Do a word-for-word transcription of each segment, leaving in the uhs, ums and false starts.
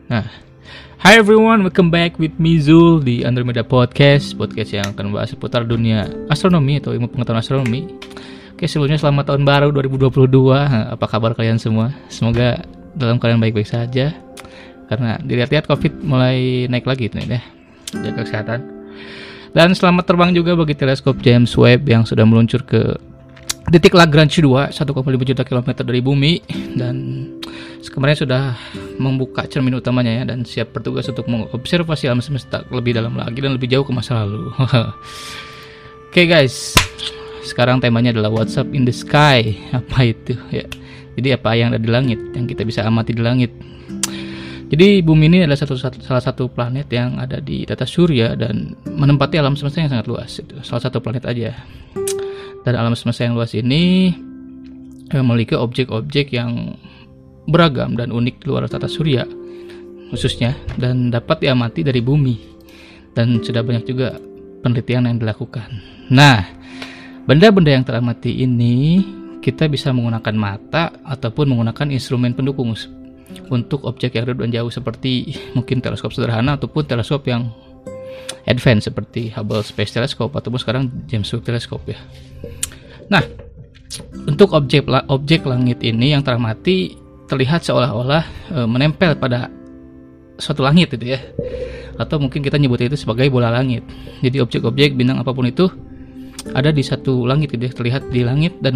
Nah, hi everyone, welcome back with me Zul di Andromeda Podcast, podcast yang akan membahas seputar dunia astronomi atau ilmu pengetahuan astronomi. Oke, sebelumnya selamat tahun baru dua ribu dua puluh dua. Apa kabar kalian semua? Semoga dalam kalian baik-baik saja. Karena dilihat-lihat COVID mulai naik lagi nih ya. Jaga kesehatan. Dan selamat terbang juga bagi teleskop James Webb yang sudah meluncur ke titik Lagrange dua, satu koma lima juta kilometer dari bumi, dan kemarin sudah membuka cermin utamanya ya, dan siap bertugas untuk mengobservasi alam semesta lebih dalam lagi dan lebih jauh ke masa lalu. Oke okay guys, sekarang temanya adalah What's up in the sky. Apa itu ya? Jadi apa yang ada di langit, yang kita bisa amati di langit. Jadi bumi ini adalah satu, satu, salah satu planet yang ada di tata surya dan menempati alam semesta yang sangat luas. Itu salah satu planet aja. Dan alam semesta yang luas ini memiliki objek-objek yang beragam dan unik di luar tata surya khususnya, dan dapat diamati dari bumi, dan sudah banyak juga penelitian yang dilakukan. Nah, benda-benda yang teramati ini kita bisa menggunakan mata ataupun menggunakan instrumen pendukung untuk objek yang remote dan jauh, seperti mungkin teleskop sederhana ataupun teleskop yang advance seperti Hubble Space Telescope ataupun sekarang James Webb Telescope ya. Nah, untuk objek objek langit ini yang teramati terlihat seolah-olah e, menempel pada suatu langit itu ya, atau mungkin kita nyebutnya itu sebagai bola langit. Jadi objek-objek bintang apapun itu ada di satu langit gitu ya, terlihat di langit, dan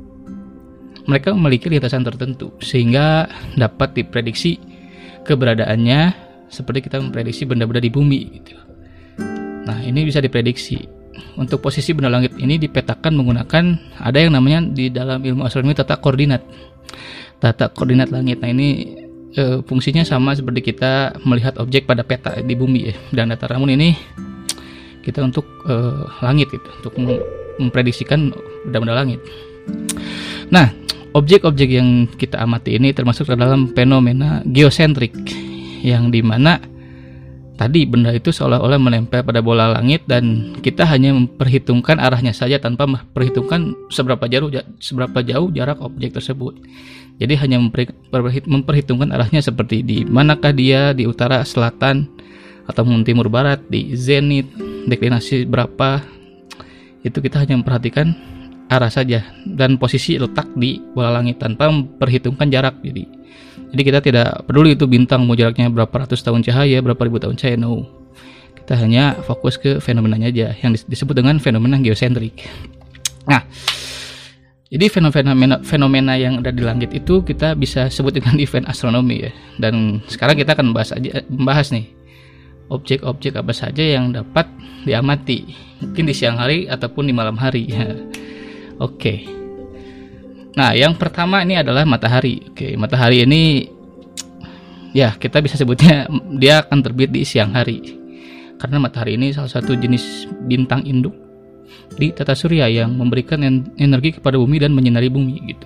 mereka memiliki lintasan tertentu sehingga dapat diprediksi keberadaannya seperti kita memprediksi benda-benda di bumi gitu. Nah, ini bisa diprediksi. Untuk posisi benda langit ini dipetakan menggunakan ada yang namanya di dalam ilmu astronomi tata koordinat. Tata koordinat langit. Nah, ini e, fungsinya sama seperti kita melihat objek pada peta di bumi ya. Dan data Ramun ini kita untuk e, langit gitu, untuk memprediksikan benda-benda langit. Nah, objek-objek yang kita amati ini termasuk dalam fenomena geosentrik, yang dimana tadi benda itu seolah-olah menempel pada bola langit dan kita hanya memperhitungkan arahnya saja tanpa memperhitungkan seberapa jauh seberapa jauh jarak objek tersebut. Jadi hanya memperhitungkan arahnya seperti di manakah dia, di utara, selatan, atau timur barat, di zenit, deklinasi berapa. Itu kita hanya memperhatikan arah saja dan posisi letak di bola langit tanpa memperhitungkan jarak. Jadi Jadi kita tidak peduli itu bintang mau jaraknya berapa ratus tahun cahaya, berapa ribu tahun cahaya, no. Kita hanya fokus ke fenomenanya aja, yang disebut dengan fenomena geosentrik. Nah, jadi fenomena fenomena yang ada di langit itu kita bisa sebut dengan event astronomi ya. Dan sekarang kita akan membahas aja membahas nih objek-objek apa saja yang dapat diamati, mungkin di siang hari ataupun di malam hari. Oke. Okay. Nah, yang pertama ini adalah matahari. Oke, matahari ini ya kita bisa sebutnya dia akan terbit di siang hari. Karena matahari ini salah satu jenis bintang induk di tata surya yang memberikan energi kepada bumi dan menyinari bumi gitu.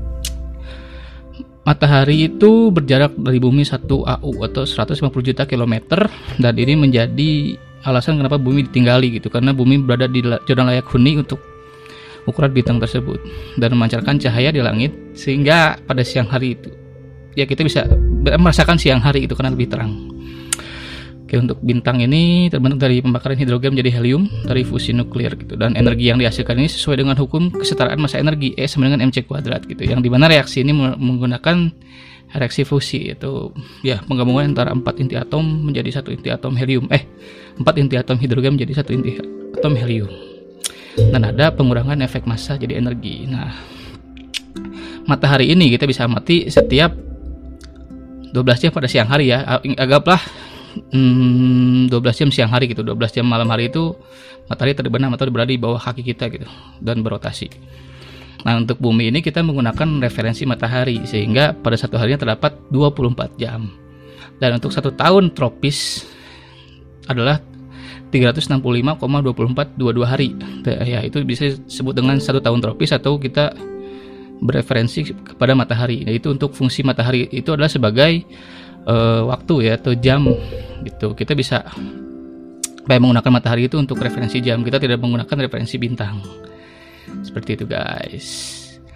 Matahari itu berjarak dari bumi satu A U atau seratus lima puluh juta kilometer, dan ini menjadi alasan kenapa bumi ditinggali gitu, karena bumi berada di zona layak huni untuk ukuran bintang tersebut dan memancarkan cahaya di langit, sehingga pada siang hari itu ya kita bisa merasakan siang hari itu karena lebih terang. Oke, untuk bintang ini terbentuk dari pembakaran hidrogen menjadi helium dari fusi nuklir gitu, dan energi yang dihasilkan ini sesuai dengan hukum kesetaraan massa energi E sama dengan mc kuadrat gitu, yang dimana reaksi ini menggunakan reaksi fusi, yaitu ya penggabungan antara empat inti atom menjadi satu inti atom helium eh empat inti atom hidrogen menjadi satu inti atom helium, dan ada pengurangan efek massa jadi energi. Nah, matahari ini kita bisa amati setiap dua belas jam pada siang hari ya. Anggaplah hmm, dua belas jam siang hari gitu, dua belas jam malam hari itu matahari terbenam atau berada di bawah kaki kita gitu dan berotasi. Nah, untuk bumi ini kita menggunakan referensi matahari, sehingga pada satu harinya terdapat dua puluh empat jam. Dan untuk satu tahun tropis adalah tiga ratus enam puluh lima koma dua empat dua dua hari. Ya, itu bisa disebut dengan satu tahun tropis, atau kita bereferensi kepada matahari. Yaitu untuk fungsi matahari itu adalah sebagai uh, waktu ya, atau jam gitu. Kita bisa kayak menggunakan matahari itu untuk referensi jam. Kita tidak menggunakan referensi bintang. Seperti itu guys.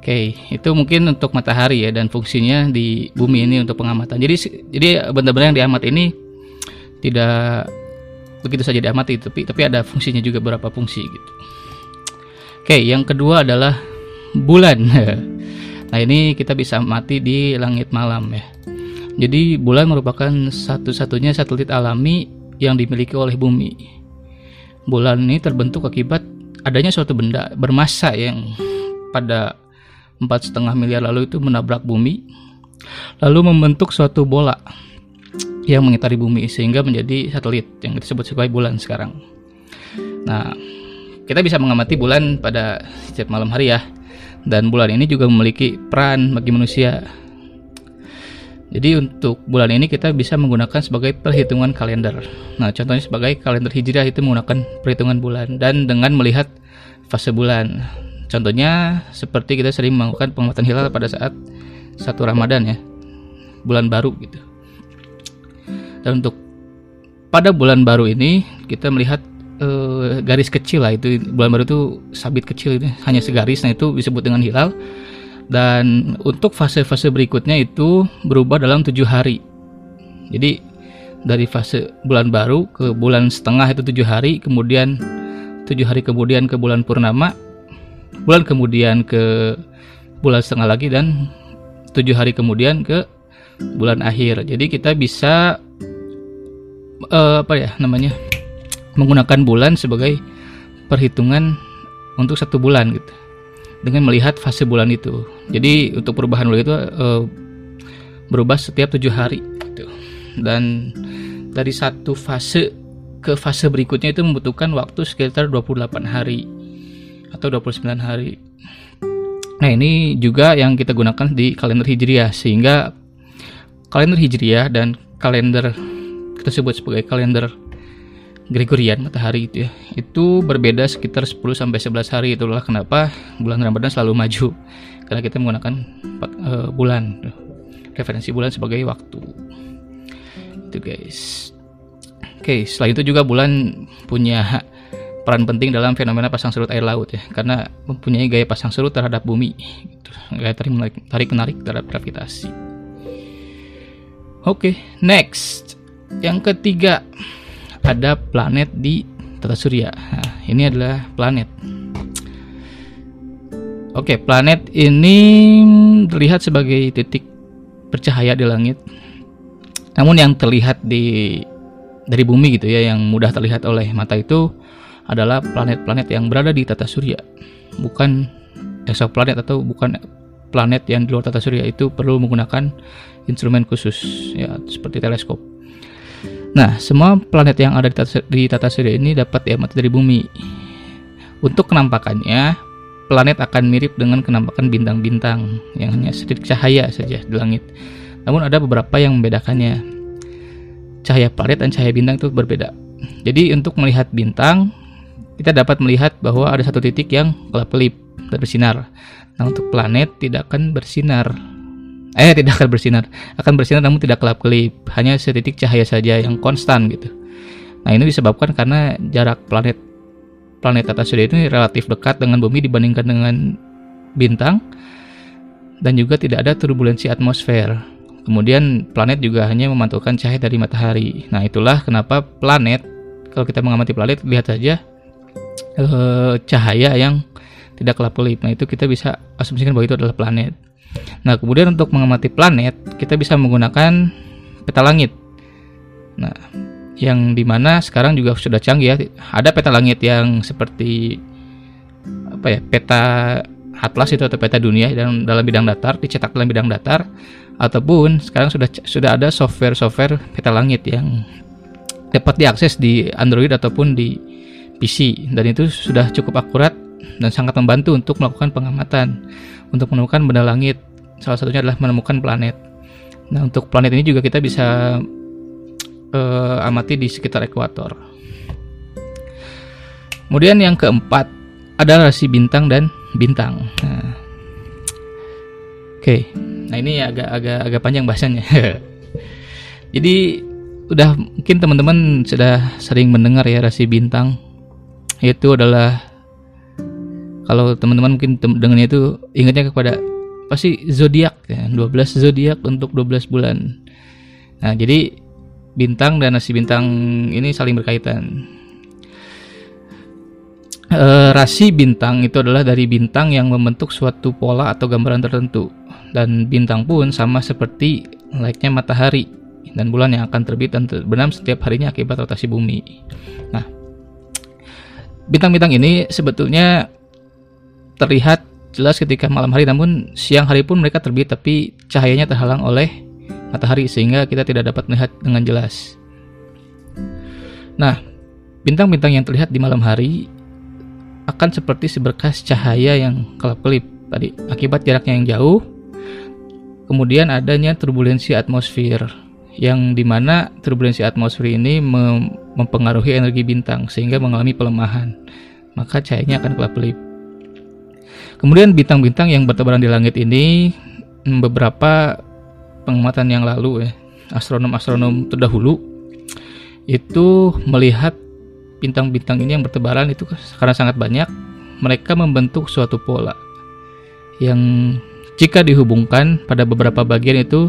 Oke, itu mungkin untuk matahari ya, dan fungsinya di bumi ini untuk pengamatan. Jadi jadi benda-benda yang diamati ini tidak begitu saja diamati, tapi tapi ada fungsinya juga, beberapa fungsi gitu. Oke, yang kedua adalah bulan. Nah, ini kita bisa amati di langit malam ya. Jadi bulan merupakan satu-satunya satelit alami yang dimiliki oleh bumi. Bulan ini terbentuk akibat adanya suatu benda bermassa yang pada empat setengah miliar lalu itu menabrak bumi, lalu membentuk suatu bola yang mengitari bumi sehingga menjadi satelit yang disebut sebagai bulan sekarang. Nah, kita bisa mengamati bulan pada setiap malam hari ya, dan bulan ini juga memiliki peran bagi manusia. Jadi untuk bulan ini kita bisa menggunakan sebagai perhitungan kalender. Nah, contohnya sebagai kalender hijriah itu menggunakan perhitungan bulan dan dengan melihat fase bulan. Contohnya seperti kita sering melakukan pengamatan hilal pada saat satu Ramadan ya, bulan baru gitu. Dan untuk pada bulan baru ini kita melihat eh, garis kecil lah, itu bulan baru itu sabit kecil itu hanya segaris, nah itu disebut dengan hilal. Dan untuk fase-fase berikutnya itu berubah dalam tujuh hari. Jadi dari fase bulan baru ke bulan setengah itu tujuh hari, kemudian tujuh hari kemudian ke bulan purnama, bulan kemudian ke bulan setengah lagi, dan tujuh hari kemudian ke bulan akhir. Jadi kita bisa uh, apa ya namanya menggunakan bulan sebagai perhitungan untuk satu bulan gitu, dengan melihat fase bulan itu. Jadi untuk perubahan bulan itu uh, berubah setiap tujuh hari gitu. Dan dari satu fase ke fase berikutnya itu membutuhkan waktu sekitar dua puluh delapan hari atau dua puluh sembilan hari. Nah, ini juga yang kita gunakan di kalender hijriah, sehingga kalender hijriah dan kalender kita sebut sebagai kalender Gregorian matahari itu ya, itu berbeda sekitar sepuluh sampai sebelas hari. Itulah kenapa bulan Ramadan selalu maju, karena kita menggunakan uh, bulan, referensi bulan sebagai waktu. Itu guys. Oke, selain itu juga bulan punya peran penting dalam fenomena pasang surut air laut ya, karena mempunyai gaya pasang surut terhadap bumi gitu. Gaya tarik tarik menarik terhadap gravitasi. Oke, next. Yang ketiga, ada planet di tata surya. Nah, ini adalah planet. Oke, planet ini terlihat sebagai titik bercahaya di langit. Namun yang terlihat di dari bumi gitu ya, yang mudah terlihat oleh mata itu adalah planet-planet yang berada di tata surya, bukan exoplanet atau bukan planet yang di luar tata surya. Itu perlu menggunakan instrumen khusus ya, seperti teleskop. Nah, semua planet yang ada di tata, di tata surya ini dapat diamati dari bumi. Untuk kenampakannya, planet akan mirip dengan kenampakan bintang-bintang yang hanya sedikit cahaya saja di langit. Namun ada beberapa yang membedakannya. Cahaya planet dan cahaya bintang itu berbeda. Jadi untuk melihat bintang, kita dapat melihat bahwa ada satu titik yang kelap-kelip dan bersinar. Nah, untuk planet tidak akan bersinar. Eh, tidak akan bersinar. Akan bersinar namun tidak kelap-kelip. Hanya setitik cahaya saja yang konstan gitu. Nah, ini disebabkan karena jarak planet planet tata surya ini relatif dekat dengan bumi dibandingkan dengan bintang, dan juga tidak ada turbulensi atmosfer. Kemudian planet juga hanya memantulkan cahaya dari matahari. Nah, itulah kenapa planet, kalau kita mengamati planet, lihat saja eh, cahaya yang tidak kelap-kelip. Nah, itu kita bisa asumsikan bahwa itu adalah planet. Nah, kemudian untuk mengamati planet, kita bisa menggunakan peta langit. Nah, yang dimana sekarang juga sudah canggih ya. Ada peta langit yang seperti apa ya, peta atlas itu atau peta dunia dalam dalam bidang datar, dicetak dalam bidang datar, ataupun sekarang sudah sudah ada software-software peta langit yang dapat diakses di Android ataupun di P C, dan itu sudah cukup akurat dan sangat membantu untuk melakukan pengamatan untuk menemukan benda langit. Salah satunya adalah menemukan planet. Nah, untuk planet ini juga kita bisa uh, amati di sekitar ekuator. Kemudian yang keempat ada rasi bintang dan bintang. Nah, oke, okay. Nah ini agak agak agak panjang bahasanya. Jadi udah mungkin teman-teman sudah sering mendengar ya rasi bintang. Itu adalah Kalau teman-teman mungkin tem- dengannya itu ingatnya kepada pasti zodiak ya, dua belas zodiak untuk dua belas bulan. Nah, jadi bintang dan rasi bintang ini saling berkaitan. E, rasi bintang itu adalah dari bintang yang membentuk suatu pola atau gambaran tertentu. Dan bintang pun sama seperti layaknya matahari dan bulan yang akan terbit dan terbenam setiap harinya akibat rotasi bumi. Nah, bintang-bintang ini sebetulnya terlihat jelas ketika malam hari, namun siang hari pun mereka terbit, tapi cahayanya terhalang oleh matahari sehingga kita tidak dapat melihat dengan jelas. Nah, bintang-bintang yang terlihat di malam hari akan seperti seberkas cahaya yang kelap-kelip tadi akibat jaraknya yang jauh. Kemudian adanya turbulensi atmosfer, yang dimana turbulensi atmosfer ini mem- mempengaruhi energi bintang sehingga mengalami pelemahan, maka cahayanya akan kelap-kelip. Kemudian bintang-bintang yang bertebaran di langit ini, beberapa pengamatan yang lalu ya, astronom-astronom terdahulu itu melihat bintang-bintang ini yang bertebaran itu karena sangat banyak, mereka membentuk suatu pola yang jika dihubungkan pada beberapa bagian itu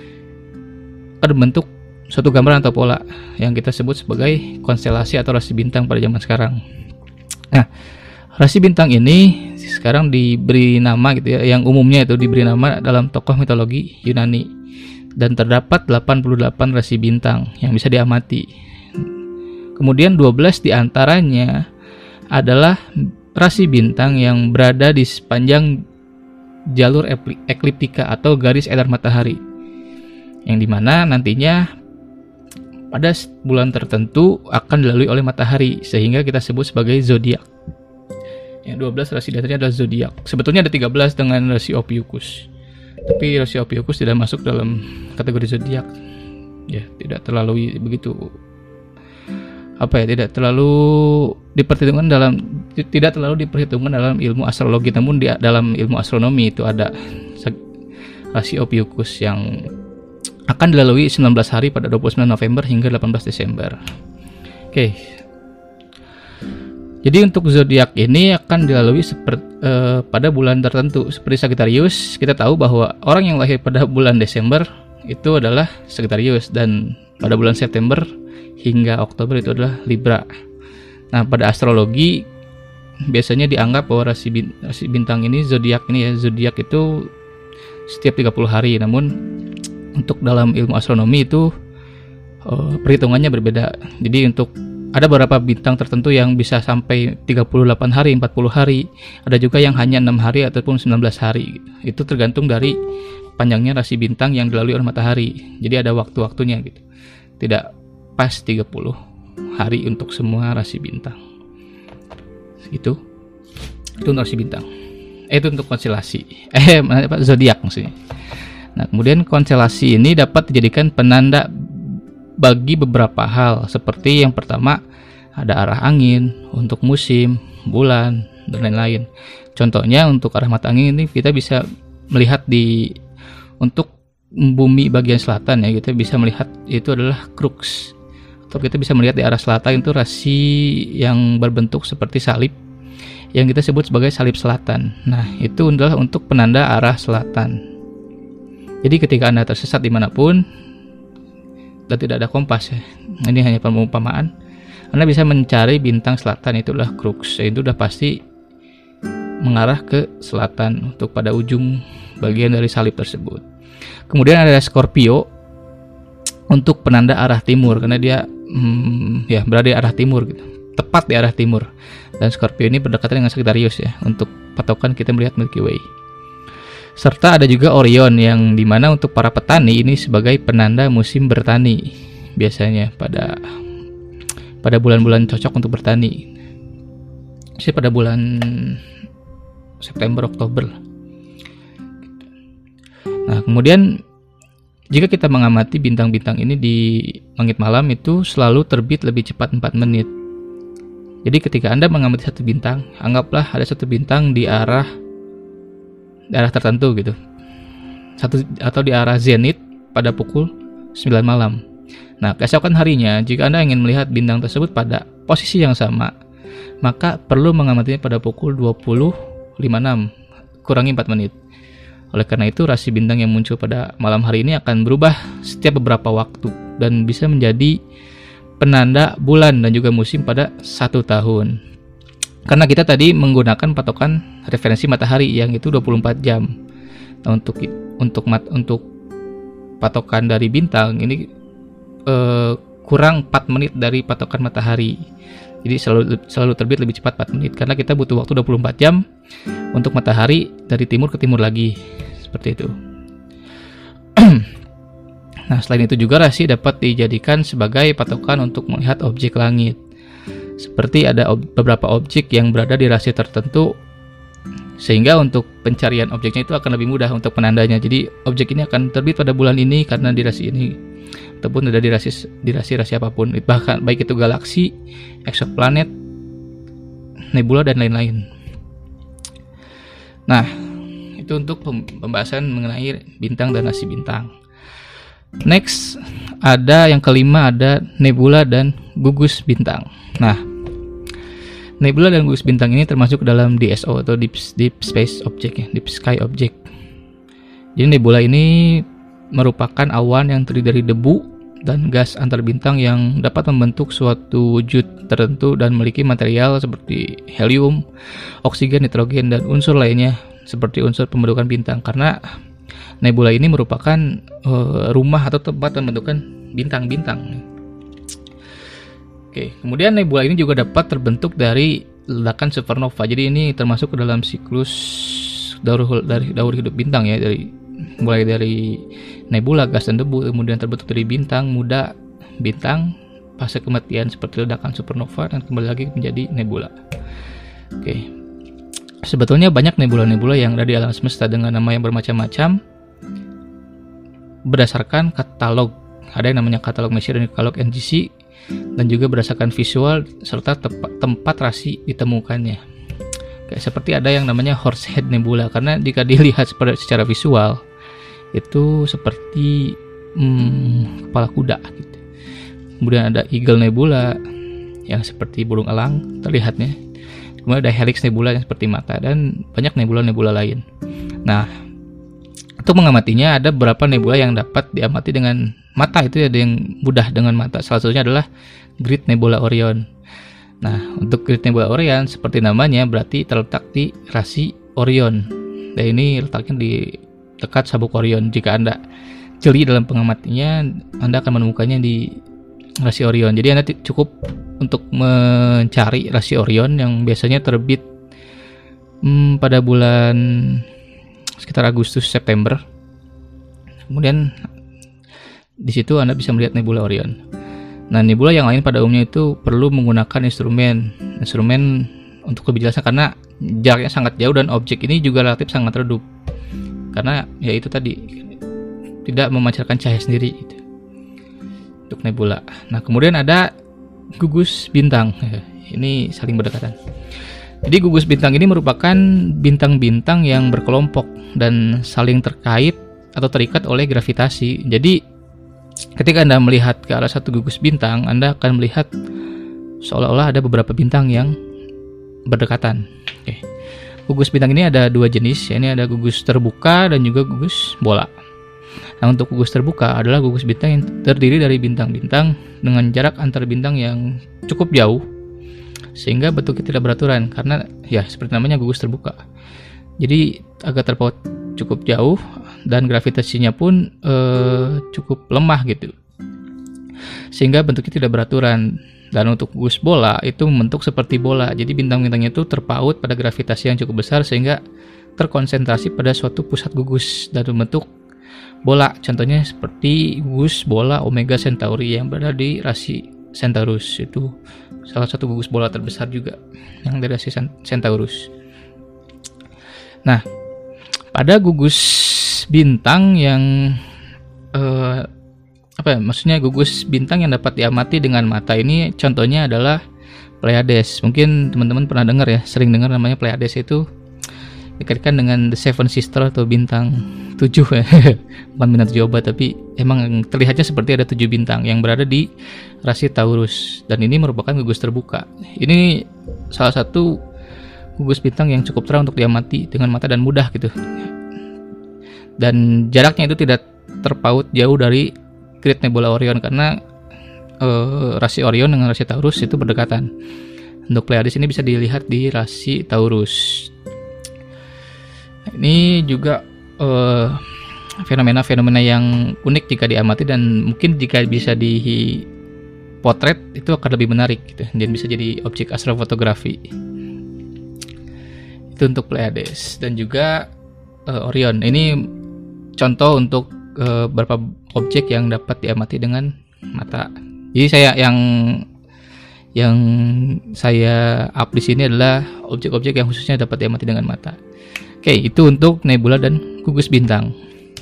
terbentuk suatu gambaran atau pola yang kita sebut sebagai konstelasi atau rasi bintang pada zaman sekarang. Nah, rasi bintang ini sekarang diberi nama gitu ya, yang umumnya itu diberi nama dalam tokoh mitologi Yunani, dan terdapat delapan puluh delapan rasi bintang yang bisa diamati. Kemudian dua belas diantaranya adalah rasi bintang yang berada di sepanjang jalur ekliptika atau garis edar matahari, yang dimana nantinya pada bulan tertentu akan dilalui oleh matahari sehingga kita sebut sebagai zodiak. Yang dua belas rasi diantaranya adalah zodiak. Sebetulnya ada tiga belas dengan rasi Ophiuchus, tapi rasi Ophiuchus tidak masuk dalam kategori zodiak. Ya, tidak terlalu begitu apa ya, tidak terlalu diperhitungkan dalam tidak terlalu diperhitungkan dalam ilmu astrologi, namun di dalam ilmu astronomi itu ada rasi Ophiuchus yang akan dilalui sembilan belas hari pada dua puluh sembilan November hingga delapan belas Desember. Oke. Jadi untuk zodiak ini akan dilalui seperti eh, pada bulan tertentu seperti Sagittarius. Kita tahu bahwa orang yang lahir pada bulan Desember itu adalah Sagittarius, dan pada bulan September hingga Oktober itu adalah Libra. Nah, pada astrologi biasanya dianggap bahwa rasi, bin, rasi bintang ini, zodiak ini ya, zodiak itu setiap tiga puluh hari. Namun untuk dalam ilmu astronomi itu uh, perhitungannya berbeda. Jadi untuk ada beberapa bintang tertentu yang bisa sampai tiga puluh delapan hari, empat puluh hari. Ada juga yang hanya enam hari ataupun sembilan belas hari. Itu tergantung dari panjangnya rasi bintang yang dilalui oleh matahari. Jadi ada waktu-waktunya gitu. Tidak pas tiga puluh hari untuk semua rasi bintang. Itu itu untuk rasi bintang. Eh, itu untuk konstelasi. Eh, apa, zodiak maksudnya. Nah, kemudian konstelasi ini dapat dijadikan penanda bagi beberapa hal, seperti yang pertama ada arah angin untuk musim, bulan, dan lain-lain. Contohnya untuk arah mata angin ini kita bisa melihat di untuk bumi bagian selatan ya, kita bisa melihat itu adalah crux. Atau kita bisa melihat di arah selatan itu rasi yang berbentuk seperti salib yang kita sebut sebagai salib selatan. Nah, itu adalah untuk penanda arah selatan. Jadi ketika Anda tersesat dimanapun dan tidak ada kompas ya, ini hanya perumpamaan, Anda bisa mencari bintang selatan, itulah crux. Itu udah pasti mengarah ke selatan untuk pada ujung bagian dari salib tersebut. Kemudian ada Scorpio untuk penanda arah timur, karena dia hmm, ya berada di arah timur gitu, tepat di arah timur. Dan Scorpio ini berdekatan dengan Sagittarius ya, untuk patokan kita melihat Milky Way. Serta ada juga Orion yang dimana untuk para petani ini sebagai penanda musim bertani, biasanya pada pada bulan-bulan cocok untuk bertani. Jadi pada bulan September Oktober. Nah, kemudian jika kita mengamati bintang-bintang ini di langit malam itu selalu terbit lebih cepat empat menit. Jadi ketika Anda mengamati satu bintang, anggaplah ada satu bintang di arah di arah tertentu gitu. Satu atau di arah zenit pada pukul sembilan malam. Nah, keesokan harinya jika Anda ingin melihat bintang tersebut pada posisi yang sama, maka perlu mengamatinya pada pukul dua puluh lima enam kurangi empat menit. Oleh karena itu, rasi bintang yang muncul pada malam hari ini akan berubah setiap beberapa waktu dan bisa menjadi penanda bulan dan juga musim pada satu tahun. Karena kita tadi menggunakan patokan referensi matahari yang itu dua puluh empat jam. Nah, untuk untuk mat, untuk patokan dari bintang ini eh, kurang empat menit dari patokan matahari. Jadi selalu selalu terbit lebih cepat empat menit karena kita butuh waktu dua puluh empat jam untuk matahari dari timur ke timur lagi. Seperti itu. Nah, selain itu juga rasi dapat dijadikan sebagai patokan untuk melihat objek langit. Seperti ada ob- beberapa objek yang berada di rasi tertentu, sehingga untuk pencarian objeknya itu akan lebih mudah untuk penandanya. Jadi objek ini akan terbit pada bulan ini karena di rasi ini, ataupun ada di rasi di rasi-rasi apapun, bahkan baik itu galaksi, eksoplanet, nebula dan lain-lain. Nah, itu untuk pembahasan mengenai bintang dan rasi bintang. Next, ada yang kelima, ada nebula dan gugus bintang. Nah, nebula dan gugus bintang ini termasuk dalam D S O atau Deep, Deep Space Object ya, Deep Sky Object. Jadi nebula ini merupakan awan yang terdiri dari debu dan gas antar bintang yang dapat membentuk suatu wujud tertentu dan memiliki material seperti helium, oksigen, nitrogen, dan unsur lainnya seperti unsur pembentukan bintang. Karena nebula ini merupakan uh, rumah atau tempat pembentukan bintang-bintang. Oke, kemudian nebula ini juga dapat terbentuk dari ledakan supernova. Jadi ini termasuk ke dalam siklus daur dari daur hidup bintang ya, dari mulai dari nebula, gas dan debu, kemudian terbentuk dari bintang muda, bintang, fase kematian seperti ledakan supernova, dan kembali lagi menjadi nebula. Oke, sebetulnya banyak nebula-nebula yang ada di alam semesta dengan nama yang bermacam-macam berdasarkan katalog. Ada yang namanya katalog Messier dan katalog N G C, dan juga berdasarkan visual serta tempat, tempat rasi ditemukannya. Kayak seperti ada yang namanya Horsehead Nebula, karena jika dilihat secara visual itu seperti hmm, kepala kuda gitu. Kemudian ada Eagle Nebula yang seperti burung elang terlihatnya. Kemudian ada Helix Nebula yang seperti mata, dan banyak nebula-nebula lain. Nah, untuk mengamatinya ada beberapa nebula yang dapat diamati dengan mata. Itu ada yang mudah dengan mata. Salah satunya adalah Great Nebula Orion. Nah, untuk Great Nebula Orion seperti namanya berarti terletak di rasi Orion. Dan ini letaknya di dekat sabuk Orion. Jika Anda jeli dalam pengamatinya, Anda akan menemukannya di rasi Orion. Jadi Anda cukup untuk mencari rasi Orion yang biasanya terbit hmm, pada bulan sekitar Agustus September. Kemudian di situ Anda bisa melihat nebula Orion. Nah, nebula yang lain pada umumnya itu perlu menggunakan instrumen instrumen untuk lebih jelasnya, karena jaraknya sangat jauh dan objek ini juga relatif sangat redup. Karena ya itu tadi, tidak memancarkan cahaya sendiri gitu, untuk nebula. Nah, kemudian ada gugus bintang. Ini saling berdekatan. Jadi gugus bintang ini merupakan bintang-bintang yang berkelompok dan saling terkait atau terikat oleh gravitasi. Jadi ketika Anda melihat ke arah satu gugus bintang, Anda akan melihat seolah-olah ada beberapa bintang yang berdekatan. Oke. Gugus bintang ini ada dua jenis, ya. Ini ada gugus terbuka dan juga gugus bola. Nah, untuk gugus terbuka adalah gugus bintang yang terdiri dari bintang-bintang dengan jarak antar bintang yang cukup jauh, sehingga bentuknya tidak beraturan, karena ya seperti namanya gugus terbuka. Jadi agak terpaut cukup jauh dan gravitasinya pun eh, cukup lemah gitu, sehingga bentuknya tidak beraturan. Dan untuk gugus bola itu membentuk seperti bola. Jadi bintang-bintangnya itu terpaut pada gravitasi yang cukup besar sehingga terkonsentrasi pada suatu pusat gugus dan membentuk bola. Contohnya seperti gugus bola Omega Centauri yang berada di rasi Centaurus. Itu salah satu gugus bola terbesar juga yang dari rasi Centaurus. Nah, pada gugus bintang yang eh, apa ya, maksudnya gugus bintang yang dapat diamati dengan mata ini, contohnya adalah Pleiades. Mungkin teman-teman pernah dengar ya, sering dengar namanya Pleiades. Itu dikaitkan dengan The Seven Sisters atau bintang tujuh ya. Bukan bintang tujuh obat, tapi emang terlihatnya seperti ada tujuh bintang yang berada di rasi Taurus, dan ini merupakan gugus terbuka. Ini salah satu gugus bintang yang cukup terang untuk diamati dengan mata dan mudah gitu. Dan jaraknya itu tidak terpaut jauh dari Great Nebula Orion karena uh, rasi Orion dengan rasi Taurus itu berdekatan. Untuk Pleiades ini bisa dilihat di rasi Taurus. Ini juga uh, fenomena-fenomena yang unik jika diamati dan mungkin jika bisa dipotret itu akan lebih menarik gitu, dan bisa jadi objek astrofotografi. Itu untuk Pleiades. Dan juga uh, Orion. Ini contoh untuk uh, beberapa objek yang dapat diamati dengan mata. Jadi saya yang yang saya up di sini adalah objek-objek yang khususnya dapat diamati dengan mata. Oke, itu untuk nebula dan gugus bintang.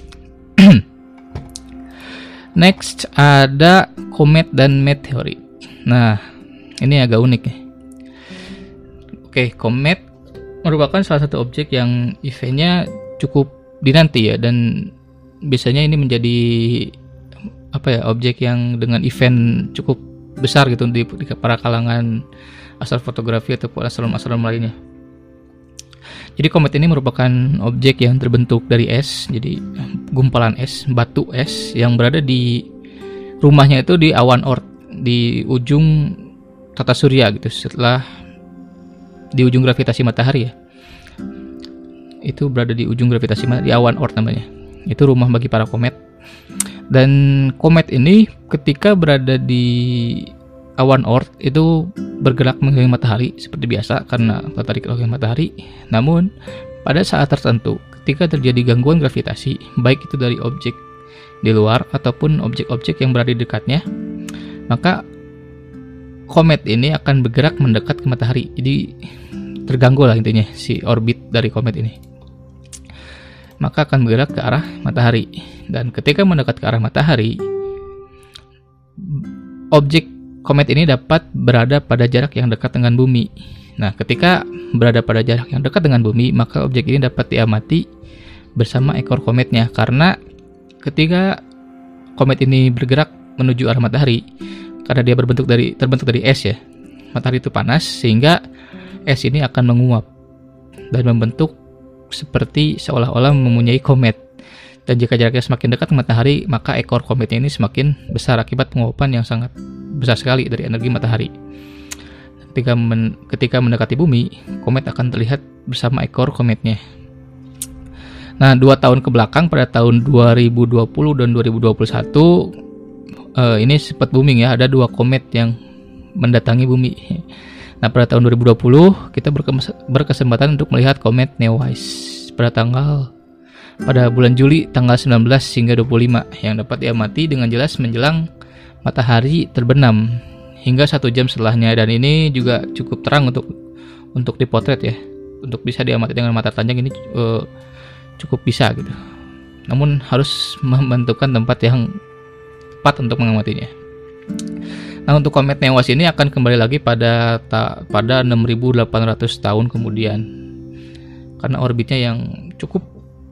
Next ada komet dan meteorit. Nah, ini agak unik ya. Oke, komet merupakan salah satu objek yang eventnya cukup dinanti ya, dan biasanya ini menjadi apa ya, objek yang dengan event cukup besar gitu di, di para kalangan astrofotografi ataupun astronom-astronom lainnya. Jadi komet ini merupakan objek yang terbentuk dari es, jadi gumpalan es, batu es yang berada di rumahnya itu di awan Oort, di ujung tata surya gitu, setelah di ujung gravitasi matahari ya. Itu berada di ujung gravitasi di awan Oort namanya. Itu rumah bagi para komet. Dan komet ini ketika berada di awan Oort itu bergerak mengelilingi matahari seperti biasa karena tertarik oleh matahari. Namun pada saat tertentu ketika terjadi gangguan gravitasi, baik itu dari objek di luar ataupun objek-objek yang berada di dekatnya, maka komet ini akan bergerak mendekat ke matahari. Jadi terganggu lah intinya si orbit dari komet ini. Maka akan bergerak ke arah matahari. Dan ketika mendekat ke arah matahari, objek komet ini dapat berada pada jarak yang dekat dengan bumi. Nah, ketika berada pada jarak yang dekat dengan bumi, maka objek ini dapat diamati bersama ekor kometnya. Karena ketika komet ini bergerak menuju arah matahari, karena dia berbentuk dari terbentuk dari es ya, matahari itu panas sehingga es ini akan menguap dan membentuk seperti seolah-olah mempunyai komet. Dan jika jaraknya semakin dekat ke matahari, maka ekor kometnya ini semakin besar akibat penguapan yang sangat besar sekali dari energi matahari. Ketika, men, ketika mendekati bumi, komet akan terlihat bersama ekor kometnya. Nah, dua tahun ke belakang pada tahun dua ribu dua puluh dan dua ribu dua puluh satu eh, ini sempat booming ya, ada dua komet yang mendatangi bumi. Nah, pada tahun dua ribu dua puluh kita berkesempatan untuk melihat komet Neowise pada tanggal pada bulan Juli tanggal sembilan belas hingga dua puluh lima yang dapat diamati dengan jelas menjelang matahari terbenam hingga satu jam setelahnya. Dan ini juga cukup terang untuk untuk dipotret ya, untuk bisa diamati dengan mata telanjang ini uh, cukup bisa gitu. Namun harus membentukkan tempat yang tepat untuk mengamatinya. Nah, untuk komet Neowise ini akan kembali lagi pada ta, pada enam ribu delapan ratus tahun kemudian karena orbitnya yang cukup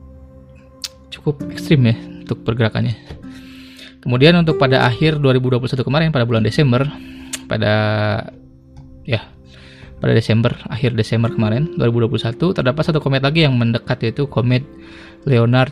cukup ekstrim ya untuk pergerakannya. Kemudian untuk pada akhir dua ribu dua puluh satu kemarin pada bulan Desember, pada ya pada Desember, akhir Desember kemarin dua ribu dua puluh satu terdapat satu komet lagi yang mendekat, yaitu komet Leonard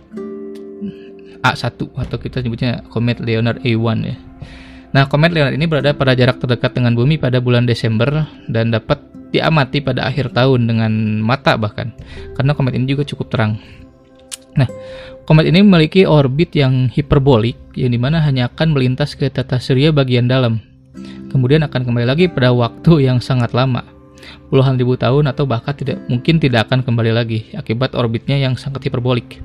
A satu atau kita sebutnya komet Leonard A satu ya. Nah, komet Leonard ini berada pada jarak terdekat dengan bumi pada bulan Desember dan dapat diamati pada akhir tahun dengan mata bahkan, karena komet ini juga cukup terang. Nah, komet ini memiliki orbit yang hiperbolik, yang dimana hanya akan melintas ke tata surya bagian dalam, kemudian akan kembali lagi pada waktu yang sangat lama, puluhan ribu tahun atau bahkan tidak mungkin tidak akan kembali lagi akibat orbitnya yang sangat hiperbolik.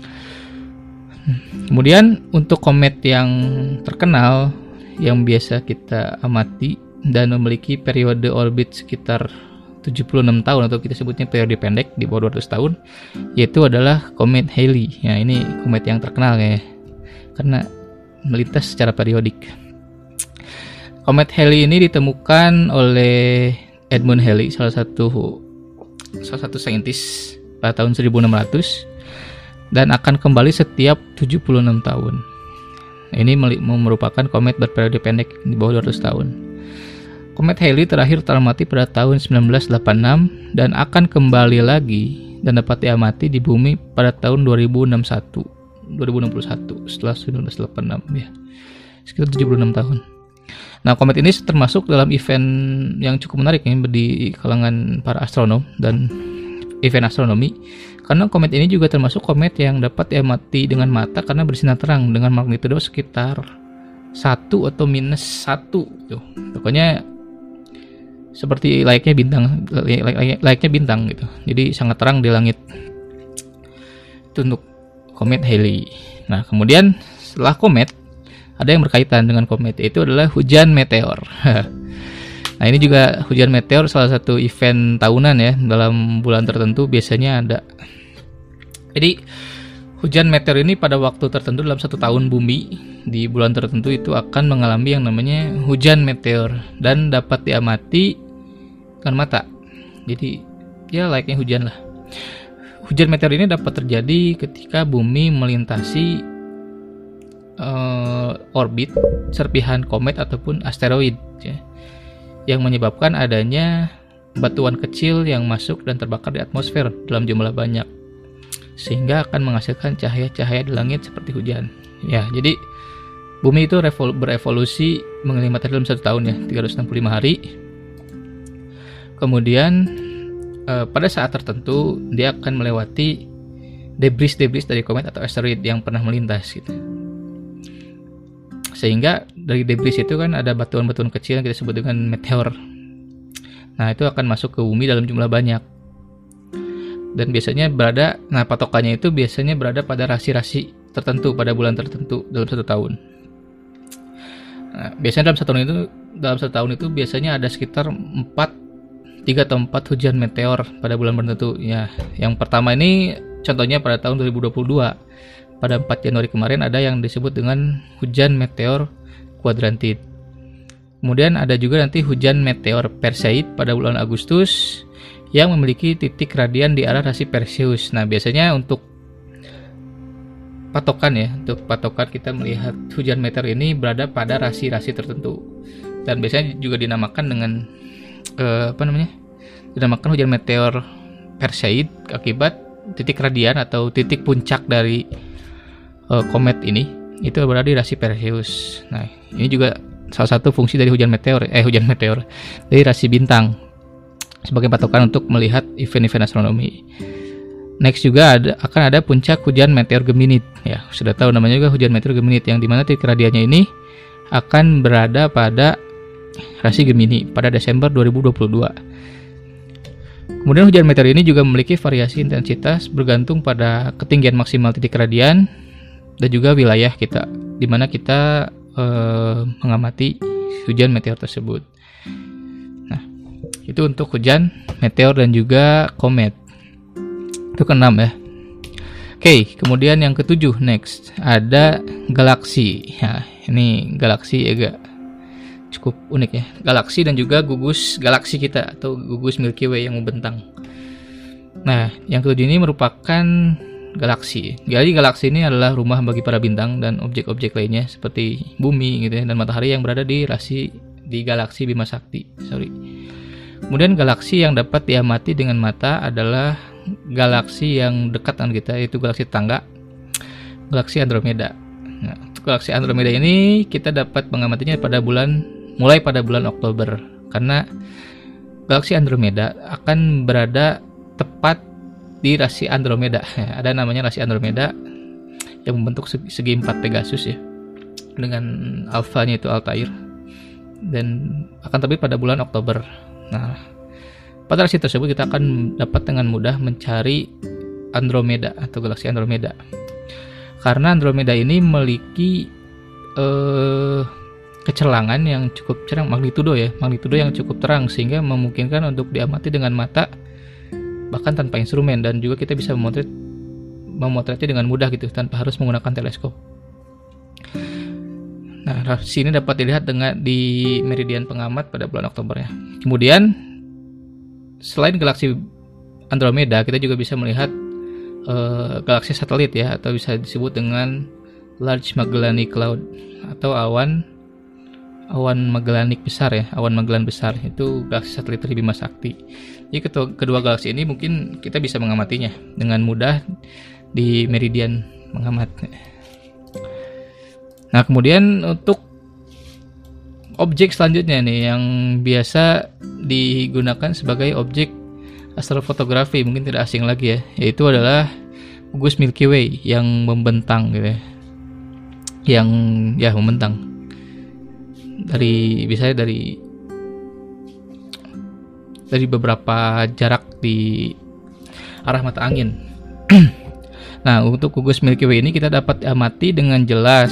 Kemudian untuk komet yang terkenal yang biasa kita amati dan memiliki periode orbit sekitar tujuh puluh enam tahun atau kita sebutnya periode pendek di bawah dua ratus tahun, yaitu adalah komet Halley. Ya, ini komet yang terkenal ya karena melintas secara periodik. Komet Halley ini ditemukan oleh Edmund Halley, salah satu salah satu saintis pada tahun seribu enam ratus, dan akan kembali setiap tujuh puluh enam tahun. Ini merupakan komet berperiode pendek di bawah dua ratus tahun. Komet Halley terakhir teramati pada tahun sembilan belas delapan puluh enam dan akan kembali lagi dan dapat diamati di bumi pada tahun dua ribu enam puluh satu setelah sembilan belas delapan puluh enam ya. Sekitar tujuh puluh enam tahun. Nah, komet ini termasuk dalam event yang cukup menarik ya di kalangan para astronom dan event astronomi. Karena komet ini juga termasuk komet yang dapat diamati dengan mata karena bersinar terang dengan magnitudo sekitar satu atau minus satu tuh. Pokoknya seperti layaknya bintang, lay- layaknya bintang gitu. Jadi sangat terang di langit. Itu untuk komet Halley. Nah, kemudian setelah komet ada yang berkaitan dengan komet, itu adalah hujan meteor. Nah, ini juga hujan meteor salah satu event tahunan ya, dalam bulan tertentu biasanya ada. Jadi hujan meteor ini pada waktu tertentu dalam satu tahun bumi di bulan tertentu itu akan mengalami yang namanya hujan meteor dan dapat diamati dengan mata. Jadi ya layaknya hujan lah. Hujan meteor ini dapat terjadi ketika bumi melintasi uh, orbit serpihan komet ataupun asteroid ya, yang menyebabkan adanya batuan kecil yang masuk dan terbakar di atmosfer dalam jumlah banyak, sehingga akan menghasilkan cahaya-cahaya di langit seperti hujan. Ya, jadi bumi itu revol- berevolusi mengelilingi matahari dalam satu tahun ya, tiga ratus enam puluh lima hari. Kemudian eh, pada saat tertentu dia akan melewati debris-debris dari komet atau asteroid yang pernah melintas gitu. Sehingga dari debris itu kan ada batuan-batuan kecil yang kita sebut dengan meteor. Nah, itu akan masuk ke bumi dalam jumlah banyak. Dan biasanya berada, nah patokannya itu biasanya berada pada rasi-rasi tertentu pada bulan tertentu dalam satu tahun. Nah, biasanya dalam satu tahun itu dalam satu tahun itu biasanya ada sekitar empat, tiga atau empat hujan meteor pada bulan tertentu. Ya, yang pertama ini contohnya pada tahun dua ribu dua puluh dua. Pada empat Januari kemarin ada yang disebut dengan hujan meteor Quadrantid. Kemudian ada juga nanti hujan meteor Perseid pada bulan Agustus yang memiliki titik radian di arah rasi Perseus. Nah, biasanya untuk patokan ya, untuk patokan kita melihat hujan meteor ini berada pada rasi-rasi tertentu. Dan biasanya juga dinamakan dengan eh, apa namanya? Dinamakan hujan meteor Perseid akibat titik radian atau titik puncak dari eh, komet ini itu berada di rasi Perseus. Nah, ini juga salah satu fungsi dari hujan meteor eh hujan meteor dari rasi bintang sebagai patokan untuk melihat event-event astronomi. Next juga ada, akan ada puncak hujan meteor Geminid. Ya, sudah tahu namanya juga hujan meteor Geminid, yang dimana titik radiannya ini akan berada pada rasi Gemini pada Desember dua ribu dua puluh dua. Kemudian hujan meteor ini juga memiliki variasi intensitas bergantung pada ketinggian maksimal titik radian dan juga wilayah kita, di mana kita eh, mengamati hujan meteor tersebut. Itu untuk hujan meteor dan juga komet. Itu keenam ya. Oke, kemudian yang ketujuh next ada galaksi. Ya, ini galaksi agak cukup unik ya. Galaksi dan juga gugus galaksi kita atau gugus Milky Way yang membentang. Nah, yang ketujuh ini merupakan galaksi. Jadi galaksi ini adalah rumah bagi para bintang dan objek-objek lainnya seperti bumi gitu ya, dan matahari yang berada di rasi di galaksi Bima Sakti. Sorry. Kemudian galaksi yang dapat diamati dengan mata adalah galaksi yang dekat dengan kita, yaitu galaksi tetangga, galaksi Andromeda. Nah, galaksi Andromeda ini kita dapat mengamatinya pada bulan mulai pada bulan Oktober, karena galaksi Andromeda akan berada tepat di rasi Andromeda. Ya, ada namanya rasi Andromeda yang membentuk segi, segi empat Pegasus ya, dengan alfanya itu Altair, dan akan terbit pada bulan Oktober. Nah, pada rasi tersebut kita akan dapat dengan mudah mencari Andromeda atau galaksi Andromeda. Karena Andromeda ini memiliki eh, kecerlangan yang cukup cerang, magnitudo ya, magnitudo yang cukup terang sehingga memungkinkan untuk diamati dengan mata bahkan tanpa instrumen, dan juga kita bisa memotret memotretnya dengan mudah gitu tanpa harus menggunakan teleskop. Nah, rasi ini dapat dilihat dengan di meridian pengamat pada bulan Oktober ya. Kemudian selain galaksi Andromeda, kita juga bisa melihat uh, galaksi satelit ya, atau bisa disebut dengan Large Magellanic Cloud atau awan awan Magellanik besar ya, awan Magellan besar itu galaksi satelit dari Bima Sakti. Jadi kedua, kedua galaksi ini mungkin kita bisa mengamatinya dengan mudah di meridian mengamat. Nah, kemudian untuk objek selanjutnya nih yang biasa digunakan sebagai objek astrofotografi, mungkin tidak asing lagi ya, yaitu adalah gugus Milky Way yang membentang gitu ya. Yang ya membentang. Dari biasanya dari dari beberapa jarak di arah mata angin. Nah, untuk gugus Milky Way ini kita dapat amati dengan jelas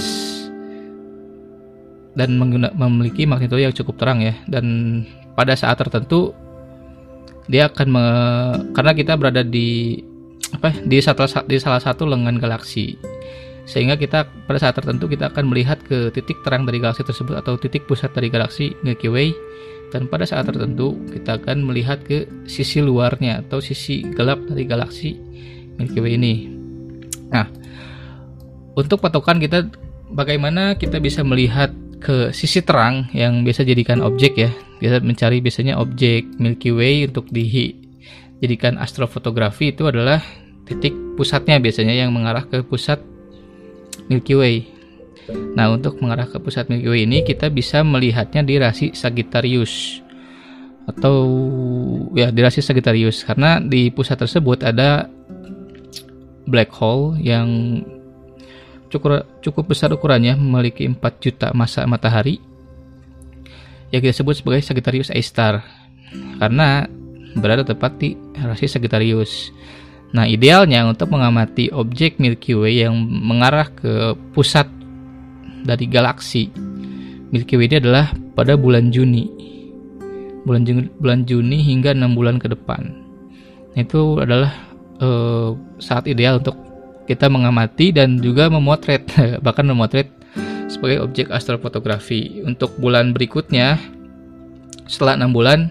dan memiliki magnitudo yang cukup terang ya, dan pada saat tertentu dia akan me, karena kita berada di apa di salah di salah satu lengan galaksi, sehingga kita pada saat tertentu kita akan melihat ke titik terang dari galaksi tersebut atau titik pusat dari galaksi Milky Way, dan pada saat tertentu kita akan melihat ke sisi luarnya atau sisi gelap dari galaksi Milky Way ini. Nah, untuk patokan kita bagaimana kita bisa melihat ke sisi terang yang biasa jadikan objek ya, biasa mencari biasanya objek Milky Way untuk dijadikan astrofotografi itu adalah titik pusatnya biasanya yang mengarah ke pusat Milky Way. Nah, untuk mengarah ke pusat Milky Way ini kita bisa melihatnya di rasi Sagittarius atau ya di rasi Sagittarius, karena di pusat tersebut ada black hole yang cukup cukup besar ukurannya, memiliki empat juta massa matahari yang kita sebut sebagai Sagittarius A star karena berada tepat di rasi Sagittarius. Nah, idealnya untuk mengamati objek Milky Way yang mengarah ke pusat dari galaksi Milky Way ini adalah pada bulan Juni bulan Juni, bulan Juni hingga enam bulan ke depan. Itu adalah eh, saat ideal untuk kita mengamati dan juga memotret, bahkan memotret sebagai objek astrofotografi. Untuk bulan berikutnya, setelah enam bulan,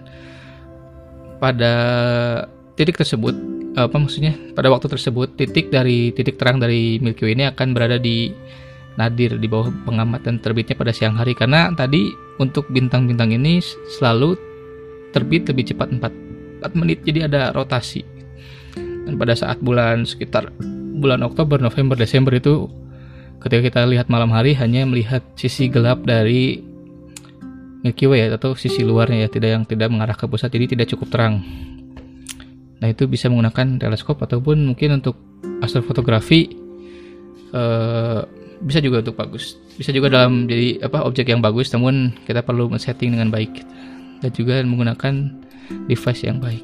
pada titik tersebut, apa maksudnya? Pada waktu tersebut, titik dari titik terang dari Milky Way ini akan berada di nadir, di bawah pengamatan terbitnya pada siang hari. Karena tadi untuk bintang-bintang ini selalu terbit lebih cepat empat menit, jadi ada rotasi. Dan pada saat bulan sekitar bulan Oktober, November, Desember itu ketika kita lihat malam hari hanya melihat sisi gelap dari Milky Way atau sisi luarnya ya, tidak yang tidak mengarah ke pusat, jadi tidak cukup terang. Nah, itu bisa menggunakan teleskop ataupun mungkin untuk astrofotografi eh, bisa juga untuk bagus, bisa juga dalam jadi apa objek yang bagus, namun kita perlu men-setting dengan baik dan juga menggunakan device yang baik.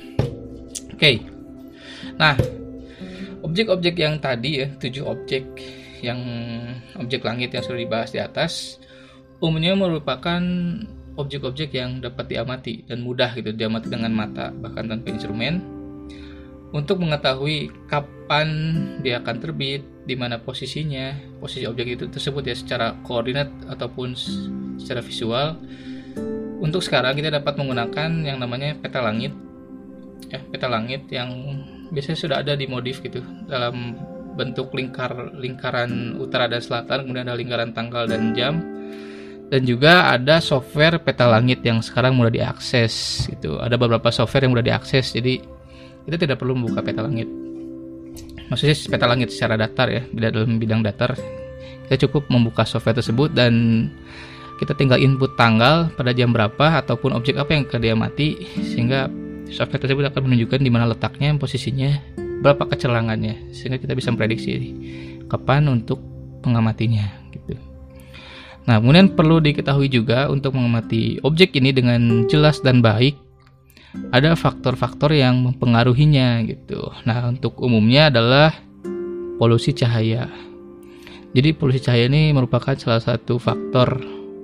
Oke, okay. Nah, objek-objek yang tadi ya, tujuh objek yang objek langit yang sudah dibahas di atas umumnya merupakan objek-objek yang dapat diamati dan mudah gitu diamati dengan mata bahkan tanpa instrumen. Untuk mengetahui kapan dia akan terbit, di mana posisinya, posisi objek itu tersebut ya secara koordinat ataupun secara visual. Untuk sekarang kita dapat menggunakan yang namanya peta langit. Ya, peta langit yang biasanya sudah ada dimodif gitu dalam bentuk lingkar lingkaran utara dan selatan, kemudian ada lingkaran tanggal dan jam, dan juga ada software peta langit yang sekarang mudah diakses gitu. Ada beberapa software yang mudah diakses, jadi kita tidak perlu membuka peta langit, maksudnya peta langit secara datar ya, dalam bidang datar kita cukup membuka software tersebut dan kita tinggal input tanggal pada jam berapa ataupun objek apa yang akan diamati, sehingga software tersebut akan menunjukkan di mana letaknya, posisinya, berapa kecelangannya, sehingga kita bisa memprediksi kapan untuk mengamatinya gitu. Nah, kemudian perlu diketahui juga untuk mengamati objek ini dengan jelas dan baik ada faktor-faktor yang mempengaruhinya gitu. Nah, untuk umumnya adalah polusi cahaya. Jadi polusi cahaya ini merupakan salah satu faktor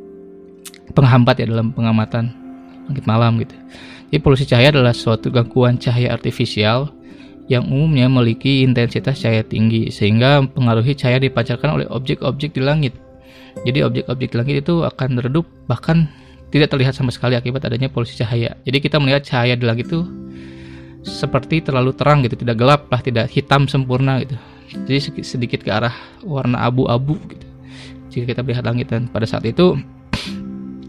penghambat ya dalam pengamatan langit malam gitu. Jadi polusi cahaya adalah suatu gangguan cahaya artifisial yang umumnya memiliki intensitas cahaya tinggi sehingga mempengaruhi cahaya dipancarkan oleh objek-objek di langit. Jadi objek-objek di langit itu akan redup bahkan tidak terlihat sama sekali akibat adanya polusi cahaya. Jadi kita melihat cahaya di langit itu seperti terlalu terang gitu, tidak gelap lah, tidak hitam sempurna gitu. Jadi sedikit ke arah warna abu-abu gitu jika kita melihat langit. Dan pada saat itu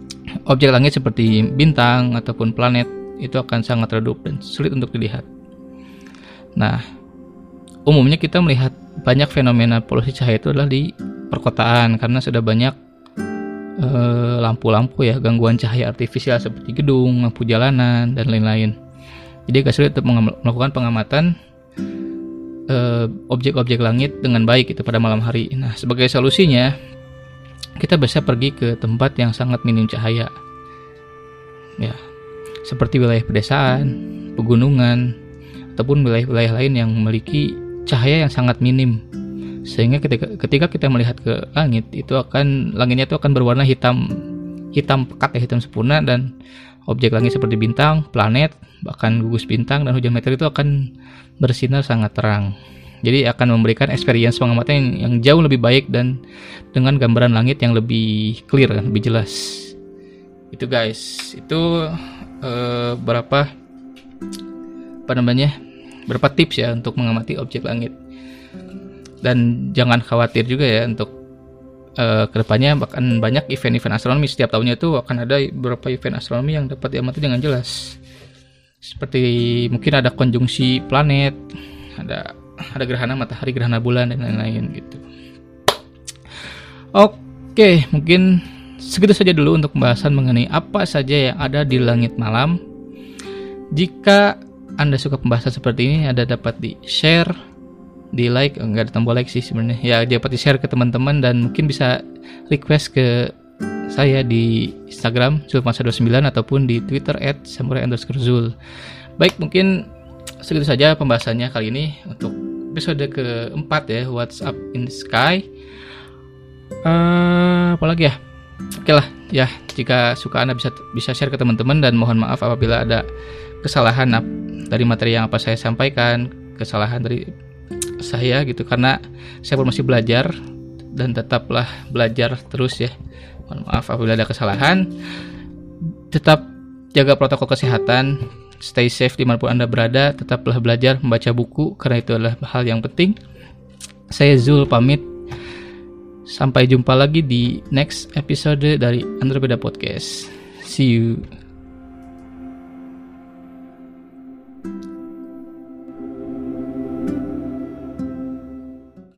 objek langit seperti bintang ataupun planet itu akan sangat redup dan sulit untuk dilihat. Nah, umumnya kita melihat banyak fenomena polusi cahaya itu adalah di perkotaan karena sudah banyak eh, lampu-lampu ya, gangguan cahaya artifisial seperti gedung, lampu jalanan dan lain-lain. Jadi agak sulit untuk melakukan pengamatan eh, objek-objek langit dengan baik itu pada malam hari. Nah, sebagai solusinya kita bisa pergi ke tempat yang sangat minim cahaya, ya, seperti wilayah pedesaan, pegunungan, ataupun wilayah-wilayah lain yang memiliki cahaya yang sangat minim, sehingga ketika, ketika kita melihat ke langit itu akan langitnya itu akan berwarna hitam, hitam pekat ya, hitam sempurna, dan objek langit seperti bintang, planet, bahkan gugus bintang dan hujan meteor itu akan bersinar sangat terang. Jadi akan memberikan experience pengamatan yang, yang jauh lebih baik dan dengan gambaran langit yang lebih clear, lebih jelas. Itu guys, itu uh, berapa apa namanya? berapa tips ya untuk mengamati objek langit. Dan jangan khawatir juga ya untuk uh, kedepannya akan banyak event-event astronomi. Setiap tahunnya itu akan ada beberapa event astronomi yang dapat diamati dengan jelas. Seperti mungkin ada konjungsi planet, ada ada gerhana matahari, gerhana bulan dan lain-lain gitu. Oke, mungkin segitu saja dulu untuk pembahasan mengenai apa saja yang ada di langit malam. Jika Anda suka pembahasan seperti ini, Anda dapat di-share, di-like, enggak ada tombol like sih sebenarnya. Ya, dapat di-share ke teman-teman dan mungkin bisa request ke saya di Instagram zulfansa dua puluh sembilan ataupun di Twitter at samurai underscore zul. Baik, mungkin segitu saja pembahasannya kali ini untuk episode keempat ya, What's Up in the Sky. Uh, apalagi ya? Oke lah, ya jika suka Anda bisa bisa share ke teman-teman dan mohon maaf apabila ada kesalahan dari materi yang apa saya sampaikan, kesalahan dari saya gitu, karena saya pun masih belajar dan tetaplah belajar terus ya. Mohon maaf apabila ada kesalahan. Tetap jaga protokol kesehatan, stay safe dimanapun Anda berada, tetaplah belajar, membaca buku, karena itu adalah hal yang penting. Saya Zul pamit. Sampai jumpa lagi di next episode dari Andromeda Podcast. See you.